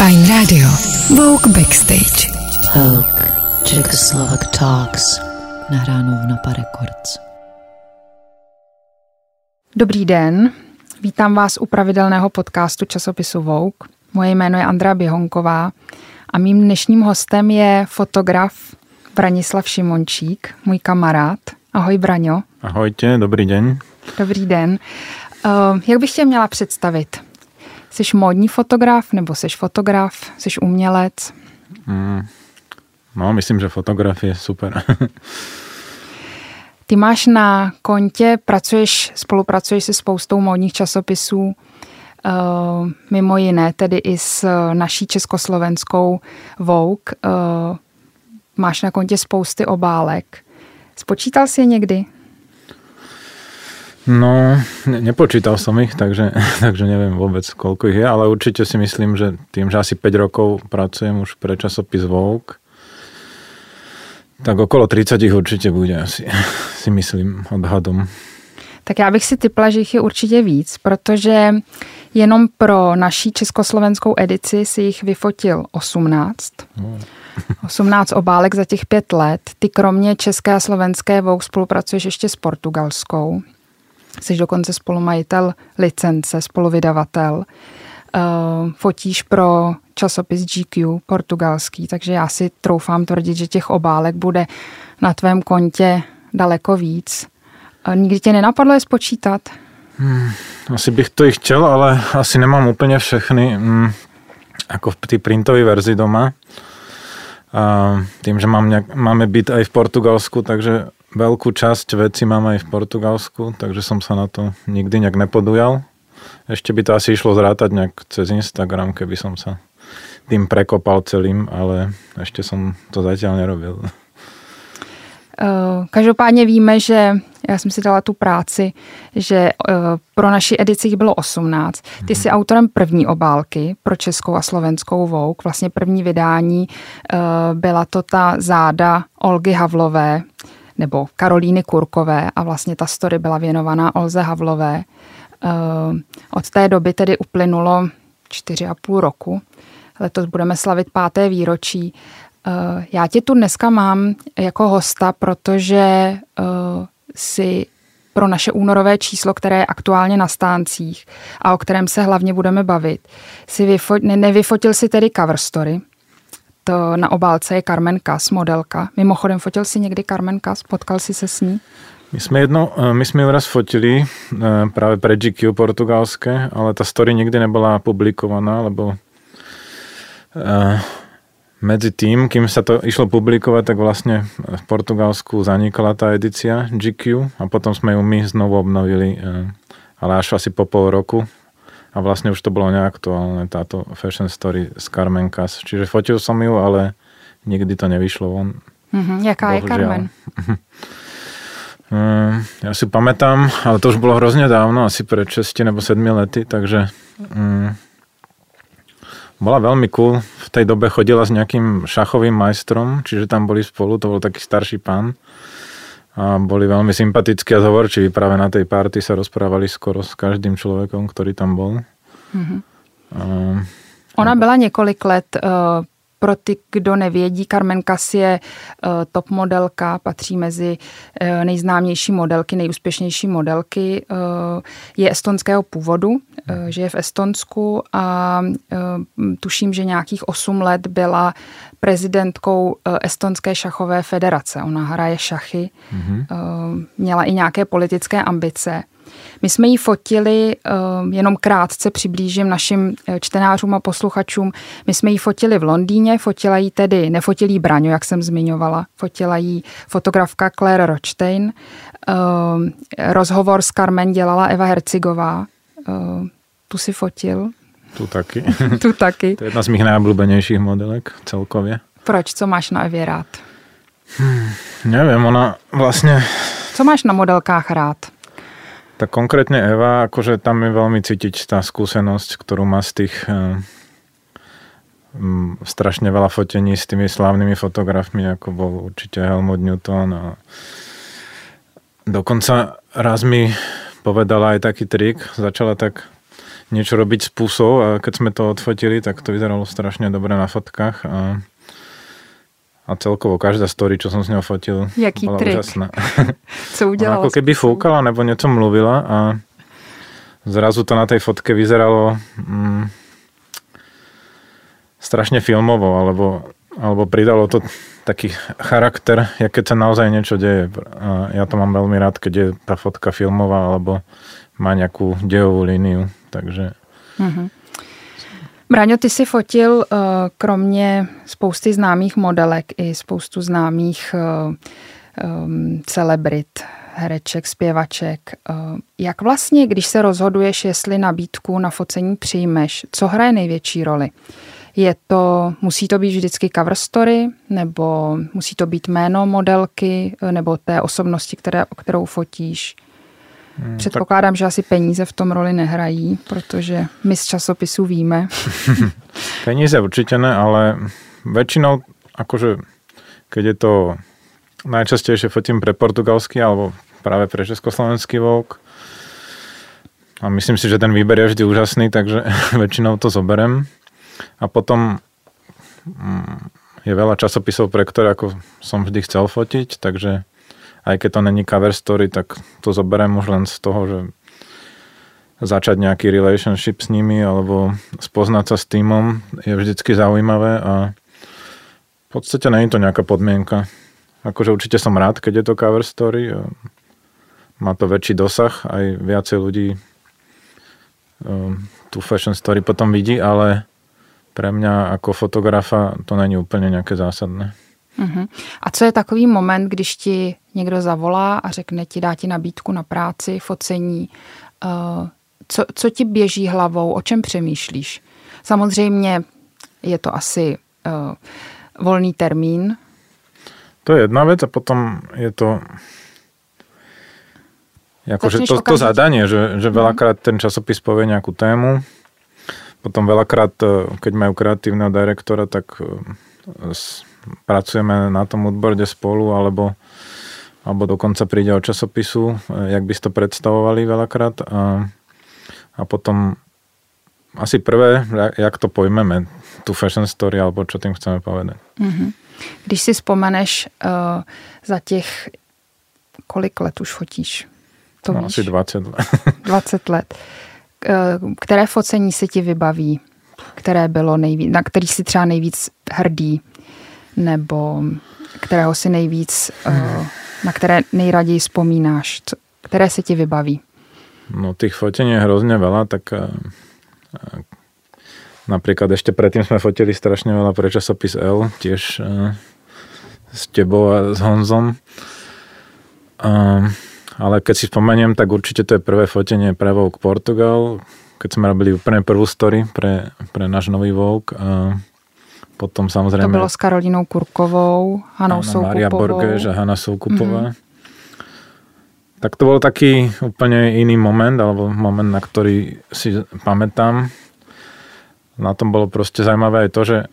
Fajn Radio. Vogue Backstage. Vogue Czechoslovak Talks. Nahráno v Napa Records. Dobrý den, vítám vás u pravidelného podcastu časopisu Vogue. Moje jméno je Andrea Běhonková a mým dnešním hostem je fotograf Branislav Šimončík, můj kamarád. Ahoj, Braňo. Ahojte, dobrý den. Dobrý den. Jak bych tě měla představit? Jsi módní fotograf, nebo jsi fotograf, jsi umělec? No, myslím, že fotograf je super. Ty máš na kontě, spolupracuješ se spoustou módních časopisů, mimo jiné tedy i s naší československou Vogue. Máš na kontě spousty obálek. Spočítal jsi je někdy? No, nepočítal som ich, takže neviem vôbec, koľko ich je, ale určite si myslím, že tým, že asi 5 rokov pracujem už pre časopis Vogue, tak okolo 30 ich určite bude asi, si myslím, odhadom. Tak já bych si tipla, že jich je určitě víc, protože jenom pro naší československou edici si jich vyfotil 18. 18 obálek za těch 5 let. Ty kromě české a slovenské Vogue spolupracuješ ještě s portugalskou. Jsi dokonce spolumajitel licence, spoluvydavatel. Fotíš pro časopis GQ portugalský, takže já si troufám tvrdit, že těch obálek bude na tvém kontě daleko víc. Nikdy tě nenapadlo je spočítat? Asi bych to i chtěl, ale asi nemám úplně všechny ako v té printové verzi doma. A tým, že máme byt aj v Portugalsku, takže veľkú časť vecí mám aj v Portugalsku, takže som sa na to nikdy nejak nepodujal. Ešte by to asi išlo zrátať nejak cez Instagram, keby som sa tým prekopal celým, ale ešte som to zatiaľ nerobil. Každopádně víme, že já jsem si dala tu práci, že pro naši edici jich bylo 18. Ty jsi autorem první obálky pro českou a slovenskou Vogue. Vlastně první vydání byla to ta záda Olgy Havlové nebo Karolíny Kurkové a vlastně ta story byla věnovaná Olze Havlové. Od té doby tedy uplynulo 4,5 roku. Letos budeme slavit 5. výročí. Já tě tu dneska mám jako hosta, protože si pro naše únorové číslo, které je aktuálně na stáncích a o kterém se hlavně budeme bavit, nevyfotil si tedy cover story. To na obálce je Carmen Kass, modelka. Mimochodem, fotil si někdy Carmen Kass? Potkal si se s ní? My sme ju raz fotili práve pre GQ portugalské, ale tá story nikdy nebola publikovaná, lebo medzi tým, kým sa to išlo publikovať, tak vlastne v Portugalsku zanikla tá edícia GQ a potom sme ju my znovu obnovili, ale až asi po pol roku a vlastne už to bolo neaktuálne, táto fashion story z Carmen Kass. Čiže fotil som ju, ale nikdy to nevyšlo von. Jaká je Carmen? Ja si pamätám, ale to už bolo hrozne dávno, asi pred 6 nebo 7 lety, takže bola veľmi cool. V tej dobe chodila s nejakým šachovým majstrom, čiže tam boli spolu, to bol taký starší pán. A boli veľmi sympatickí a zhovorčiví. Práve na tej party sa rozprávali skoro s každým človekom, ktorý tam bol. Ona byla několik let. Pro ty, kdo nevědí, Carmen Kass je top modelka, patří mezi nejznámější modelky, nejúspěšnější modelky. Je estonského původu, žije v Estonsku a tuším, že nějakých 8 let byla prezidentkou Estonské šachové federace. Ona hraje šachy, měla i nějaké politické ambice. My jsme ji fotili, jenom krátce přiblížím našim čtenářům a posluchačům, my jsme ji fotili v Londýně, fotila ji tedy, nefotil jí Braňo, jak jsem zmiňovala, fotila ji fotografka Claire Rothstein, rozhovor s Carmen dělala Eva Hercigová, tu si fotil. Tu taky. Tu taky. To je jedna z mých najobľúbenejších modelek celkově. Proč? Co máš na Evě rád? Neviem, ona vlastne... Co máš na modelkách rád? Tak konkrétne Eva, akože tam je veľmi cítiť tá skúsenosť, ktorú má z tých strašne veľa fotení s tými slávnymi fotografmi, ako bol určite Helmut Newton. A dokonca raz mi povedala aj taký trik, začala tak niečo robiť s pusou a keď sme to odfotili, tak to vyzeralo strašne dobre na fotkách a celkovo každá story, čo som s ňou fotil, jaký bola trik? úžasná. Co udělala? Ako keby fúkala nebo niečo mluvila a zrazu to na tej fotke vyzeralo strašne filmovo, alebo pridalo to taký charakter, jak keď sa naozaj niečo deje. A ja to mám veľmi rád, keď je tá fotka filmová, alebo má nejakú dejovú líniu. Takže... Braňo, ty si fotil kromě spousty známých modelek i spoustu známých celebrit, hereček, zpěvaček. Jak vlastně, když se rozhoduješ, jestli nabídku na focení přijmeš, co hraje největší roli? Musí to být vždycky cover story, nebo musí to být jméno modelky, nebo té osobnosti, kterou fotíš? Předpokládám, že asi peníze v tom roli nehrají, protože my z časopisu víme. Peníze určite ne, ale väčšinou, akože keď je to najčastejšie fotím pre portugalský alebo práve pre československý Vogue. A myslím si, že ten výber je vždy úžasný, takže väčšinou to zoberem. A potom je veľa časopisov, pre ktoré ako som vždy chcel fotiť, takže aj keď to není cover story, tak to zoberiem už len z toho, že začať nejaký relationship s nimi alebo spoznať sa s týmom je vždycky zaujímavé a v podstate není to nejaká podmienka. Akože určite som rád, keď je to cover story. Má to väčší dosah, aj viacej ľudí tú fashion story potom vidí, ale pre mňa ako fotografa to není úplne nejaké zásadné. A co je takový moment, když ti někdo zavolá a řekne ti, dá ti nabídku na práci, focení, co ti běží hlavou, o čem přemýšlíš? Samozřejmě je to asi volný termín. To je jedna vec a potom je to akože to zadanie, že veľakrát ten časopis povie nejakú tému, potom veľakrát, keď majú kreatívneho direktora, tak pracujeme na tom moodboarde spolu, alebo dokonca príde od časopisu, jak by si to predstavovali veľakrát. A potom asi prvé, jak to pojmeme, tú fashion story, alebo čo tým chceme povedať. Když si vzpomeneš za těch, kolik let už fotíš? To víš? Asi 20 let. 20 let. Které focení se ti vybaví? Které bylo nejvíc, na který si třeba nejvíc hrdý? Nebo kterého si nejvíc, na které nejraději vzpomínáš? Které se ti vybaví? No tých fotení je hrozne veľa, tak napríklad ešte predtým sme fotili strašne veľa pre časopis L, tiež s tebou a s Honzom. Ale keď si spomeniem, tak určite to je prvé fotenie pre Vogue Portugal, keď sme robili úplne prvú story pre náš nový Vogue. Potom samozrejme... To bylo s Karolínou Kurkovou, Hanou Soukupovou. Mária Borges a Hana Soukupová. Tak to bol taký úplne iný moment, alebo moment, na ktorý si pamätám. Na tom bolo proste zaujímavé aj to, že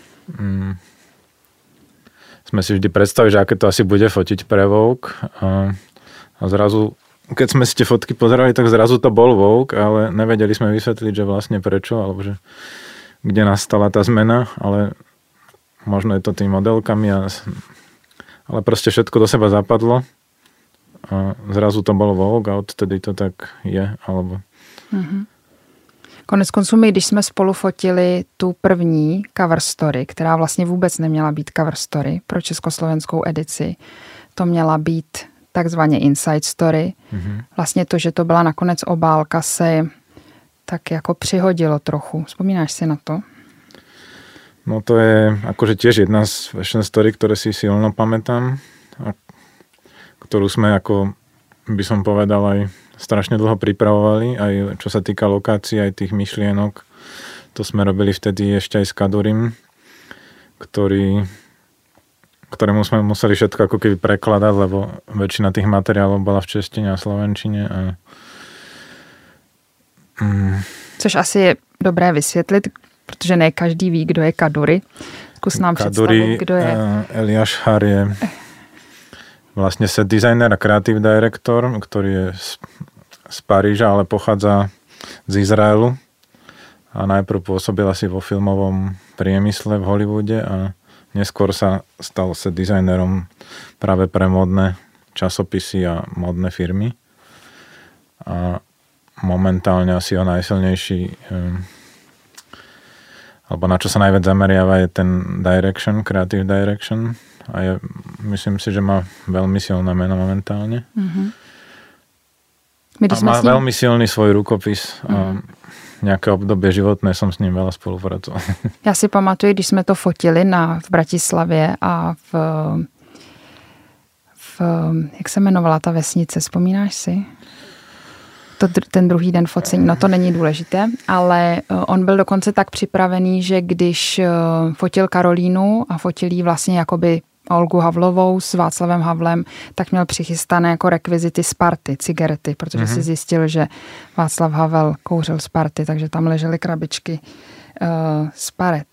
sme si vždy predstavili, že aké to asi bude fotiť pre Vogue. A zrazu, keď sme si tie fotky pozerali, tak zrazu to bol Vogue, ale nevedeli sme vysvetliť, že vlastne prečo, alebo že kde nastala tá zmena, ale možno je to tými modelkami, ale proste všetko do seba zapadlo a zrazu to bolo Vogue a odtedy to tak je, alebo... Konec konců my, když jsme spolu fotili tu první cover story, která vlastně vůbec neměla být cover story pro československou edici, to měla být takzvaně inside story. Vlastně to, že to byla nakonec obálka, se tak jako přihodilo trochu. Vzpomínáš si na to? No to je akože tiež jedna z fashion story, ktoré si silno pamätám a ktorú sme ako by som povedal aj strašne dlho pripravovali, aj čo sa týka lokácií, aj tých myšlienok. To sme robili vtedy ešte aj s Kadurim, ktorému sme museli všetko ako keby prekladať, lebo väčšina tých materiálov bola v češtine a slovenčine a což asi je dobré vysvětlit, protože ne každý ví, kdo je Kaduri. Zkus nám představit, kdo je. Eliáš Har je vlastne set designer a creative director, ktorý je z Paríža, ale pochádza z Izraelu a najprv pôsobil asi vo filmovom priemysle v Hollywoode a neskôr sa stal sa dizajnerom práve pre módne časopisy a módne firmy. A momentálne asi o najsilnejší alebo na čo sa najviac zameriava je ten creative direction a myslím si, že má veľmi silné meno momentálne. Mm-hmm. A má veľmi silný svoj rukopis a nějaké období životné jsem s ním veľa spolupracoval. Já si pamatuju, když jsme to fotili v Bratislavě a jak se jmenovala ta vesnice, vzpomínáš si? Ten druhý den focení, no to není důležité, ale on byl dokonce tak připravený, že když fotil Karolínu a fotil jí vlastně jakoby Olgu Havlovou s Václavem Havlem, tak měl přichystané jako rekvizity Sparty, cigarety, protože si zjistil, že Václav Havel kouřil Sparty, takže tam ležely krabičky Sparet.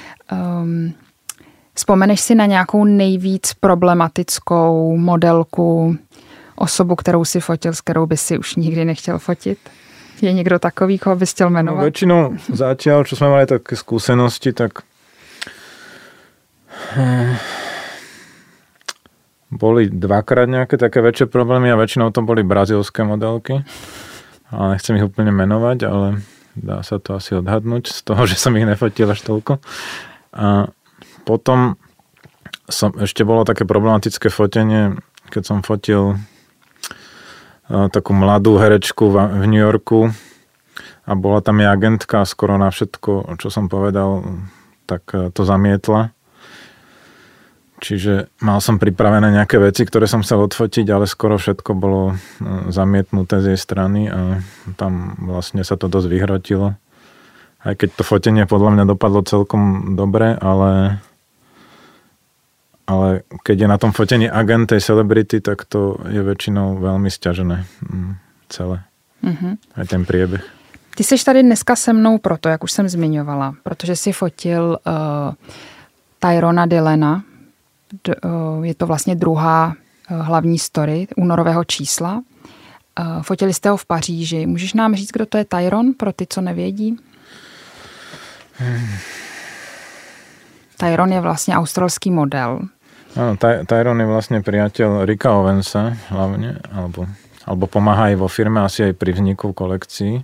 Vzpomeneš si na nějakou nejvíc problematickou modelku, osobu, kterou si fotil, s kterou by si už nikdy nechtěl fotit? Je někdo takový, koho bys chtěl jmenovat? No, väčšinou zatiaľ, čo sme mali také skúsenosti, tak boli dvakrát nejaké také väčšie problémy a väčšinou to boli brazilské modelky. Ale nechcem ich úplne menovať, ale dá sa to asi odhadnúť z toho, že som ich nefotil až toľko. A potom ešte bolo také problematické fotenie, keď som fotil takú mladú herečku v New Yorku a bola tam jej agentka a skoro na všetko, čo som povedal, tak to zamietla. Čiže mal som pripravené nejaké veci, ktoré som chcel odfotiť, ale skoro všetko bolo zamietnuté z jej strany a tam vlastne sa to dosť vyhrotilo. Aj keď to fotenie podľa mňa dopadlo celkom dobre, ale keď je na tom fotení agent tej celebrity, tak to je väčšinou veľmi sťažené celé. Mm-hmm. Aj ten priebeh. Ty seš tady dneska se mnou proto, jak už jsem zmiňovala, protože si fotil Tyrona Dylana. Je to vlastně druhá hlavní story únorového čísla. Fotili jste ho v Paříži. Můžeš nám říct, kdo to je Tyron, pro ty, co nevědí? Tyron je vlastně australský model. Áno, Tyron je vlastne priateľ Ricka Owensa hlavne, alebo pomáha aj vo firme, asi aj pri vzniku kolekcií.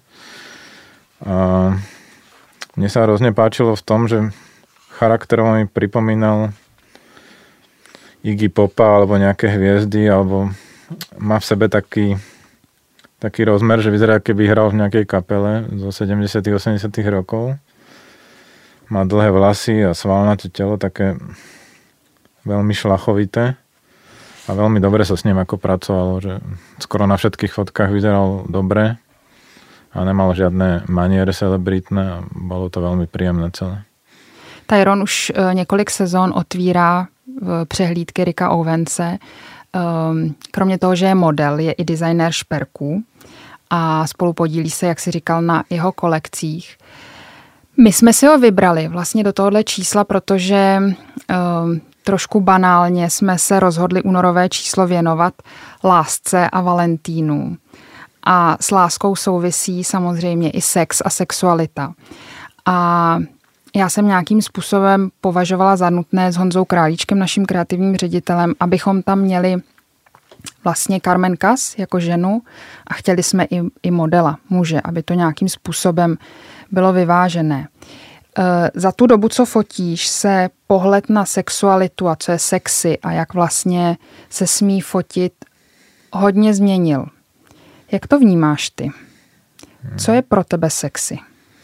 Mne sa hrozne páčilo v tom, že charakterovo mi pripomínal Iggy Popa alebo nejaké hviezdy, alebo má v sebe taký rozmer, že vyzerá, keby hral v nejakej kapele zo 70. 80. rokov. Má dlhé vlasy a svalnaté telo, také veľmi šlachovité a veľmi dobre sa s ním ako pracovalo, že skoro na všetkých fotkách vyzeral dobre a nemal žiadne maniere celebritné a bolo to veľmi príjemné celé. Tyron už několik sezón otvírá přehlídky Ricka Owense. Kromě toho, že je model, je i designér šperků a spolu podílí se, jak si říkal, na jeho kolekcích. My jsme si ho vybrali vlastně do tohohle čísla, protože trošku banálně jsme se rozhodli únorové číslo věnovat lásce a Valentínu. A s láskou souvisí samozřejmě i sex a sexualita. A já jsem nějakým způsobem považovala za nutné s Honzou Králíčkem, naším kreativním ředitelem, abychom tam měli vlastně Carmen Kass jako ženu a chtěli jsme i modela, muže, aby to nějakým způsobem bylo vyvážené. Za tu dobu, co fotíš, se pohled na sexualitu a co je sexy a jak vlastně se smí fotit, hodně změnil. Jak to vnímáš ty? Co je pro tebe sexy?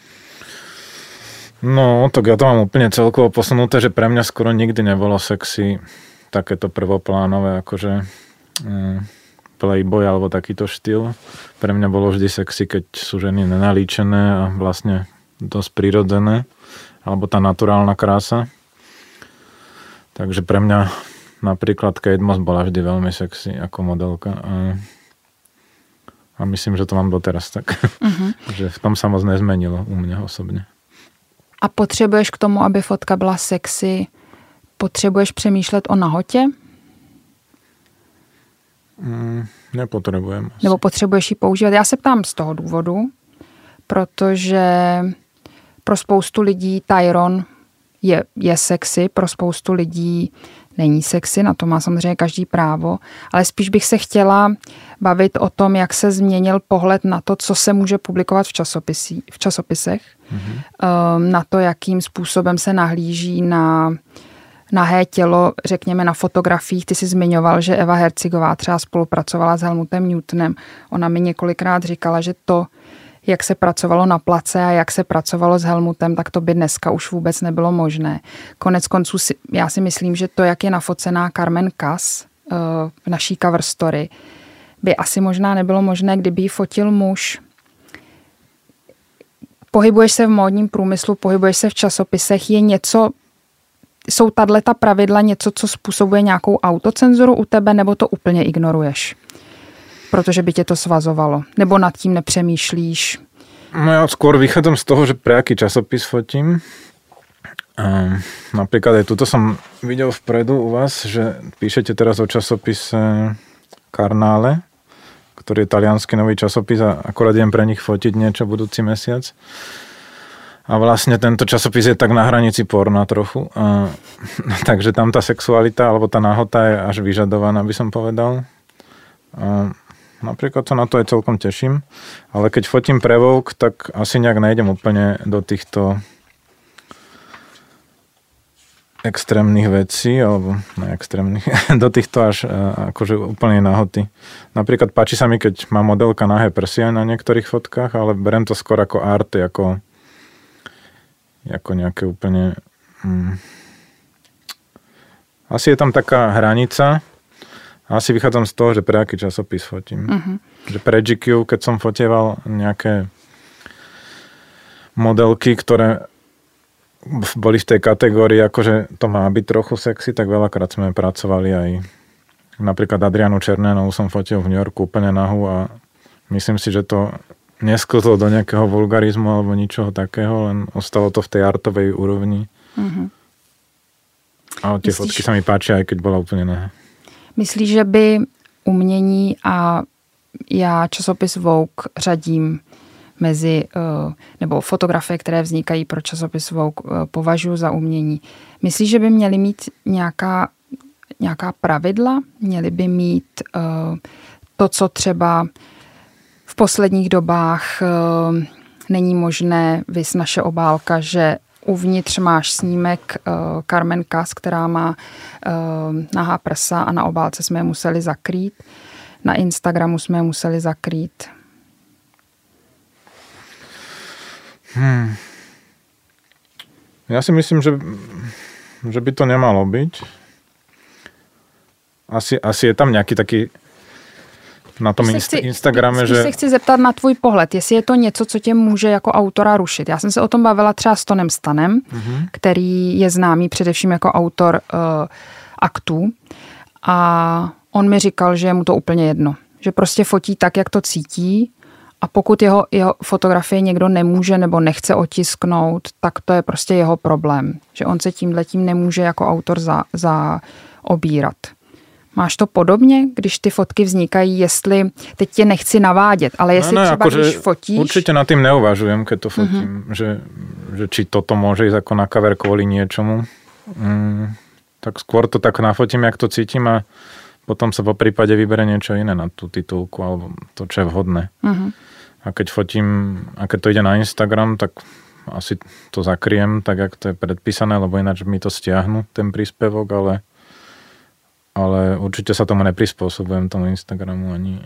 No, tak ja to mám úplne celkovo posunuté, že pre mňa skoro nikdy nebolo sexy takéto prvoplánové, akože playboy alebo takýto štýl. Pre mňa bolo vždy sexy, keď sú ženy nenalíčené a vlastne dosť prirodzené, alebo tá naturálna krása. Takže pre mňa napríklad Kate Moss bola vždy veľmi sexy ako modelka a myslím, že to mám doteraz tak. Že v tom sa moc nezmenilo u mňa osobne. A potřebuješ k tomu, aby fotka byla sexy, potřebuješ přemýšlet o nahotě? Nepotřebujem. Nebo potřebuješ ji používat? Já se ptám z toho důvodu, protože pro spoustu lidí Tyron je sexy, pro spoustu lidí není sexy, na to má samozřejmě každý právo, ale spíš bych se chtěla bavit o tom, jak se změnil pohled na to, co se může publikovat v časopisech, na to, jakým způsobem se nahlíží na nahé tělo, řekněme na fotografiích. Ty jsi zmiňoval, že Eva Herzigová třeba spolupracovala s Helmutem Newtonem. Ona mi několikrát říkala, že to, jak se pracovalo na place a jak se pracovalo s Helmutem, tak to by dneska už vůbec nebylo možné. Konec konců já si myslím, že to, jak je nafocená Carmen Kass v naší cover story, by asi možná nebylo možné, kdyby ji fotil muž. Pohybuješ se v módním průmyslu, pohybuješ se v časopisech, jsou tato pravidla něco, co způsobuje nějakou autocenzuru u tebe, nebo to úplně ignoruješ? Protože by tě to svazovalo. Nebo nad tím nepřemýšlíš? No ja skôr vychádzam z toho, že pre aký časopis fotím. Napríklad aj tuto som videl vpredu u vás, že píšete teraz o časopise Carnale, ktorý je taliansky nový časopis a akorát idem pre nich fotiť niečo budúci mesiac. A vlastne tento časopis je tak na hranici porna trochu. Takže tam tá sexualita alebo tá nahota je až vyžadovaná, by som povedal. Napríklad sa na to aj celkom teším, ale keď fotím pre Vogue, tak asi nejak nejdem úplne do týchto extrémnych vecí, alebo neextrémnych, do týchto až akože úplne nahoty. Napríklad páči sa mi, keď má modelka nahé prsy aj na niektorých fotkách, ale berem to skôr ako art, ako nejaké úplne... Asi je tam taká hranica. Asi vychádzam z toho, že pre aký časopis fotím. Že pre GQ, keď som fotieval nejaké modelky, ktoré boli v tej kategórii, akože to má byť trochu sexy, tak veľakrát sme pracovali aj napríklad Adrianu Černénovú som fotil v New Yorku úplne nahú a myslím si, že to nesklzlo do nejakého vulgarizmu alebo ničoho takého, len ostalo to v tej artovej úrovni. A tie fotky sa mi páčia, aj keď bola úplne nahá. Myslíš, že by umění a já časopis Vogue řadím mezi, nebo fotografie, které vznikají pro časopis Vogue, považuji za umění. Myslíš, že by měly mít nějaká pravidla? Měly by mít to, co třeba v posledních dobách není možné, viz naše obálka, že uvnitř máš snímek Carmen Kass, která má nahá prsa a na obálce jsme je museli zakrýt. Na Instagramu jsme je museli zakrýt. Ja si myslím, že by to nemalo byť. Asi je tam nejaký taký na tom Instagrame, že... se chci zeptat na tvůj pohled, jestli je to něco, co tě může jako autora rušit. Já jsem se o tom bavila třeba s Tonem Stanem, který je známý především jako autor aktů a on mi říkal, že je mu to úplně jedno. Že prostě fotí tak, jak to cítí a pokud jeho fotografie někdo nemůže nebo nechce otisknout, tak to je prostě jeho problém. Že on se tímhletím nemůže jako autor zaobírat. Máš to podobně, když ty fotky vznikají, jestli, teď tě nechci navádět, ale jestli třeba když fotíš... Určite nad tým neuvažujem, keď to fotím, že či toto môže ísť ako na cover kvôli niečomu. Tak skôr to tak nafotím, jak to cítim a potom sa po prípade vybere niečo iné na tú titulku alebo to, čo je vhodné. A keď fotím, a keď to ide na Instagram, tak asi to zakriem tak, jak to je predpísané, lebo ináč mi to stiahnu, ten príspevok, ale určitě sa tomu neprizpôsobujem, tomu Instagramu ani.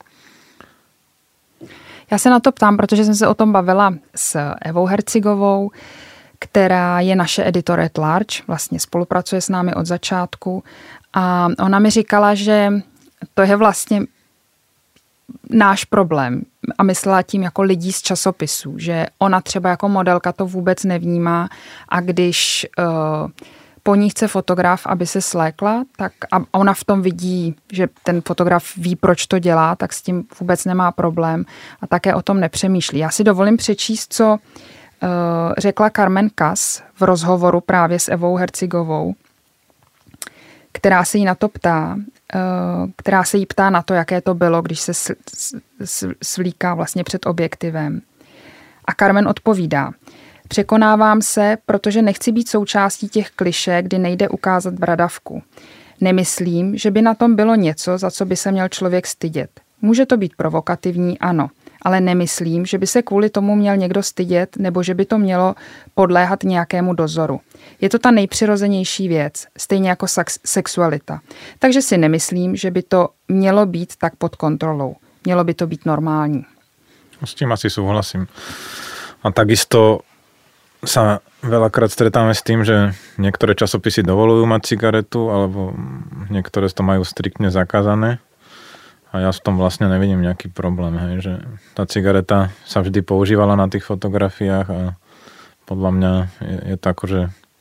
Já se na to ptám, protože jsem se o tom bavila s Evou Herzigovou, která je naše editor at large, vlastně spolupracuje s námi od začátku a ona mi říkala, že to je vlastně náš problém a myslela tím jako lidí z časopisů, že ona třeba jako modelka to vůbec nevnímá a když po ní chce fotograf, aby se slékla, tak a ona v tom vidí, že ten fotograf ví, proč to dělá, tak s tím vůbec nemá problém a také o tom nepřemýšlí. Já si dovolím přečíst, co řekla Carmen Kass v rozhovoru právě s Evou Herzigovou, která se jí na to ptá, která se jí ptá na to, jaké to bylo, když se svlíká vlastně před objektivem. A Carmen odpovídá: překonávám se, protože nechci být součástí těch klišé, kdy nejde ukázat bradavku. Nemyslím, že by na tom bylo něco, za co by se měl člověk stydět. Může to být provokativní, ano, ale nemyslím, že by se kvůli tomu měl někdo stydět nebo že by to mělo podléhat nějakému dozoru. Je to ta nejpřirozenější věc, stejně jako sexualita. Takže si nemyslím, že by to mělo být tak pod kontrolou. Mělo by to být normální. S tím asi súhlasím. A takisto sa veľakrát stretáme s tým, že niektoré časopisy dovolujú mať cigaretu, alebo niektoré to majú striktne zakázané. A ja v tom vlastne nevidím nejaký problém, hej, že tá cigareta sa vždy používala na tých fotografiách a podľa mňa je to akože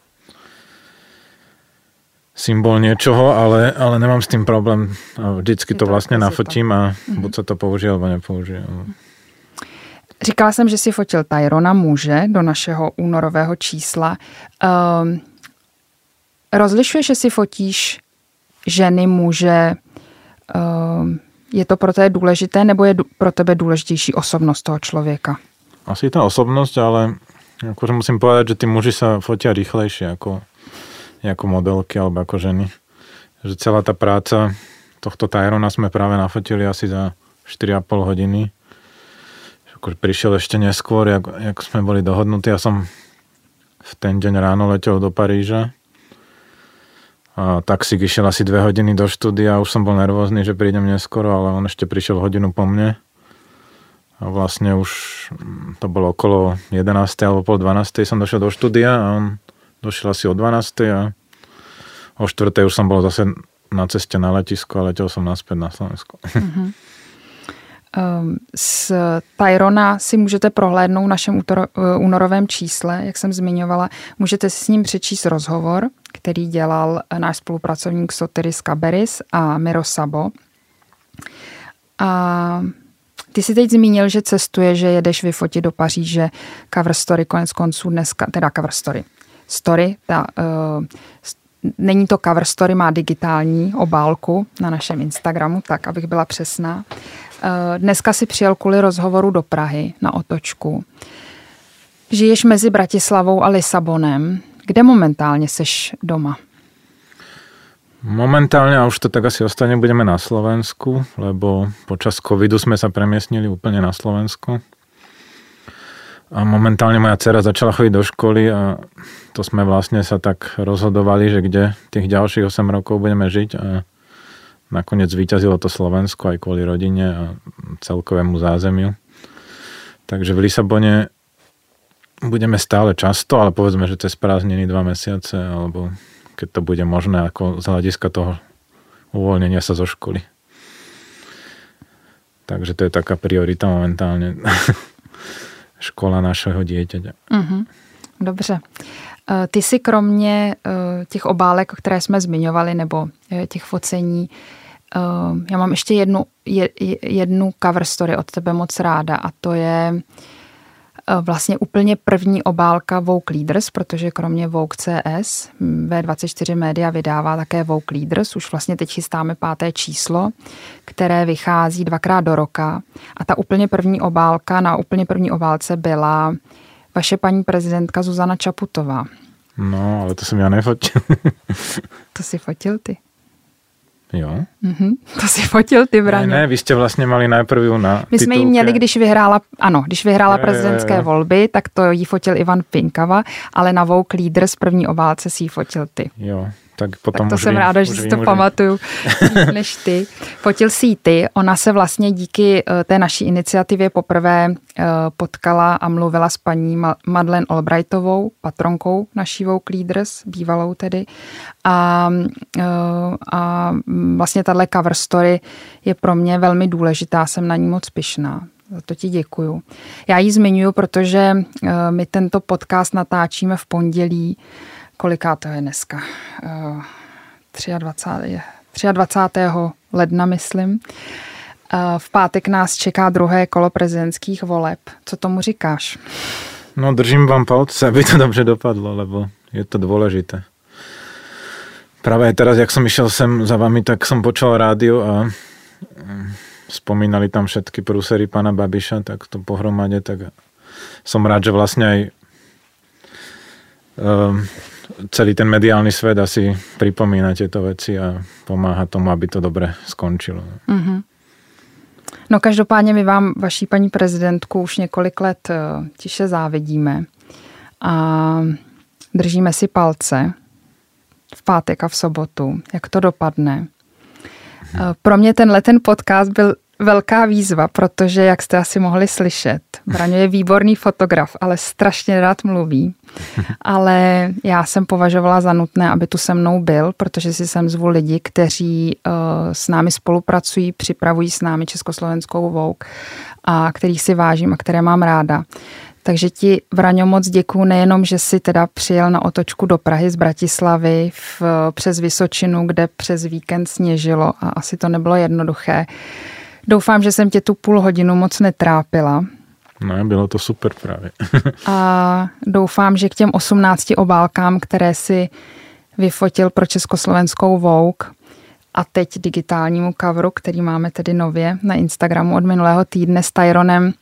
symbol niečoho, ale nemám s tým problém. A vždycky to vlastne nafotím a buď sa to použije, alebo nepoužije. Říkala jsem, že si fotil Tyrona muže do našeho únorového čísla. Rozlišuješ, že si fotíš ženy, muže? Je to pro tebe důležité, nebo je pro tebe důležitější osobnost toho člověka? Asi tá osobnosť, ale akože musím povedať, že tí muži sa fotia rýchlejšie ako modelky alebo ako ženy. Že celá tá práca tohto Tyrona sme práve nafotili asi za 4,5 hodiny. Akože prišiel ešte neskôr, jak sme boli dohodnutí. Ja som v ten deň ráno letel do Paríža a taxík išiel asi 2 hodiny do štúdia. Už som bol nervózny, že prídem neskoro, ale on ešte prišiel hodinu po mne. A vlastne už to bolo okolo 11. alebo pol 12. som došiel do štúdia a on došiel asi o 12. a o 4. už som bol zase na ceste na letisko a letel som naspäť na Slovensko. Mm-hmm. Z Tyrona si můžete prohlédnout v našem únorovém čísle, jak jsem zmiňovala. Můžete si s ním přečíst rozhovor, který dělal náš spolupracovník Sotiris Kaberis a Miro Sabo. A ty si teď zmínil, že cestuje, že jedeš vyfotit do Paříže cover story, konec konců dneska, teda cover story. Není to cover story, má digitální obálku na našem Instagramu, tak abych byla přesná. Dneska si přijel kvůli rozhovoru do Prahy na otočku. Žiješ mezi Bratislavou a Lisabonem. Kde momentálně seš doma? Momentálne, a už to tak asi ostane, budeme na Slovensku, lebo počas covidu sme sa premiestnili úplne na Slovensku. A momentálne moja dcera začala chodiť do školy a to sme vlastne sa tak rozhodovali, že kde tých ďalších 8 rokov budeme žiť a nakoniec zvíťazilo to Slovensko aj kvôli rodine a celkovému zázemiu. Takže v Lisabone budeme stále často, ale povedzme, že cez prázdniny 2 mesiace, alebo keď to bude možné ako z hľadiska toho uvoľnenia sa zo školy. Takže to je taká priorita momentálne. Škola našeho dieťaťa. Mm-hmm. Dobře. Ty si kromě těch obálek, které jsme zmiňovali, nebo těch focení, já mám ještě jednu cover story od tebe moc ráda a to je vlastně úplně první obálka Vogue Leaders, protože kromě Vogue CS V24 Media vydává také Vogue Leaders. Už vlastně teď chystáme 5. číslo, které vychází 2krát do roka. A ta úplně první obálka, na úplně první obálce byla vaše paní prezidentka Zuzana Čaputová. No, ale to jsem já nefotil. To si fotil ty. Jo? Mm-hmm. To si fotil ty, Braňo. Ne, vy jste vlastně mali najprv ju na My jsme ji měli, když vyhrála prezidentské volby, tak to jí fotil Ivan Pinkava, ale na Vogue Leaders první obálce si ji fotil ty. Jo, tak potom tak to jsem ráda, že si to pamatuju než ty. Fotil si ji ty. Ona se vlastně díky té naší iniciativě poprvé potkala a mluvila s paní Madeleine Albrightovou, patronkou naší Vogue Leaders, bývalou tedy. A vlastně tahle cover story je pro mě velmi důležitá, jsem na ní moc pyšná. Za to ti děkuju. Já ji zmiňuji, protože my tento podcast natáčíme v pondělí. Koliká to je dneska? 23. ledna, myslím. V pátek nás čeká druhé kolo prezidentských voleb. Co tomu říkáš? No, držím vám palce, aby to dobře dopadlo, lebo je to dôležité. Práve aj teraz, jak som išiel sem za vami, tak som počul rádio a spomínali tam všetky prúsery pána Babiša, tak to pohromade, tak som rád, že vlastne aj celý ten mediálny svet asi pripomína tieto veci a pomáha tomu, aby to dobre skončilo. Mm-hmm. No každopádně my vám, vaší paní prezidentku, už několik let tiše závidíme a držíme si palce v pátek a v sobotu, jak to dopadne. Pro mě ten podcast byl velká výzva, protože, jak jste asi mohli slyšet, Braňo je výborný fotograf, ale strašně rád mluví. Ale já jsem považovala za nutné, aby tu se mnou byl, protože si sem zvu lidi, kteří s námi spolupracují, připravují s námi Československou Vogue a kterých si vážím a které mám ráda. Takže ti, Braňo, moc děkuju nejenom, že jsi teda přijel na otočku do Prahy z Bratislavy přes Vysočinu, kde přes víkend sněžilo a asi to nebylo jednoduché. Doufám, že jsem tě tu půl hodinu moc netrápila. No, bylo to super právě. A doufám, že k těm 18 obálkám, které si vyfotil pro Československou Vogue a teď digitálnímu coveru, který máme tedy nově na Instagramu od minulého týdne s Tyronem,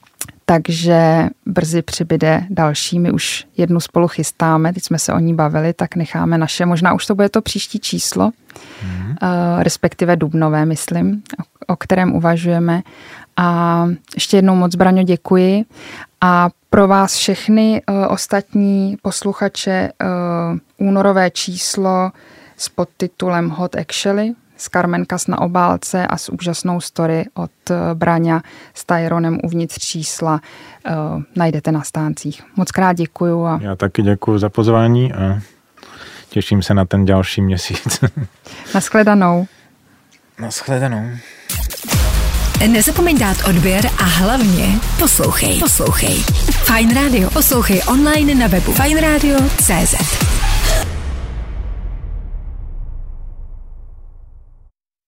takže brzy přibyde další. My už jednu spolu chystáme, teď jsme se o ní bavili, tak necháme naše, možná už to bude to příští číslo, respektive dubnové, myslím, o kterém uvažujeme. A ještě jednou moc, Braňo, děkuji. A pro vás všechny ostatní posluchače únorové číslo s podtitulem Hot Actually s Carmen Kass na obálce a s úžasnou story od Braňa s Tyronem uvnitř čísla najdete na stáncích. Moc krát děkuju. A... Já taky děkuju za pozvání a těším se na ten další měsíc. Nashledanou. Nashledanou. Nezapomeň dát odběr a hlavně poslouchej. Fajn Radio. Poslouchej online na webu fajnradio.cz.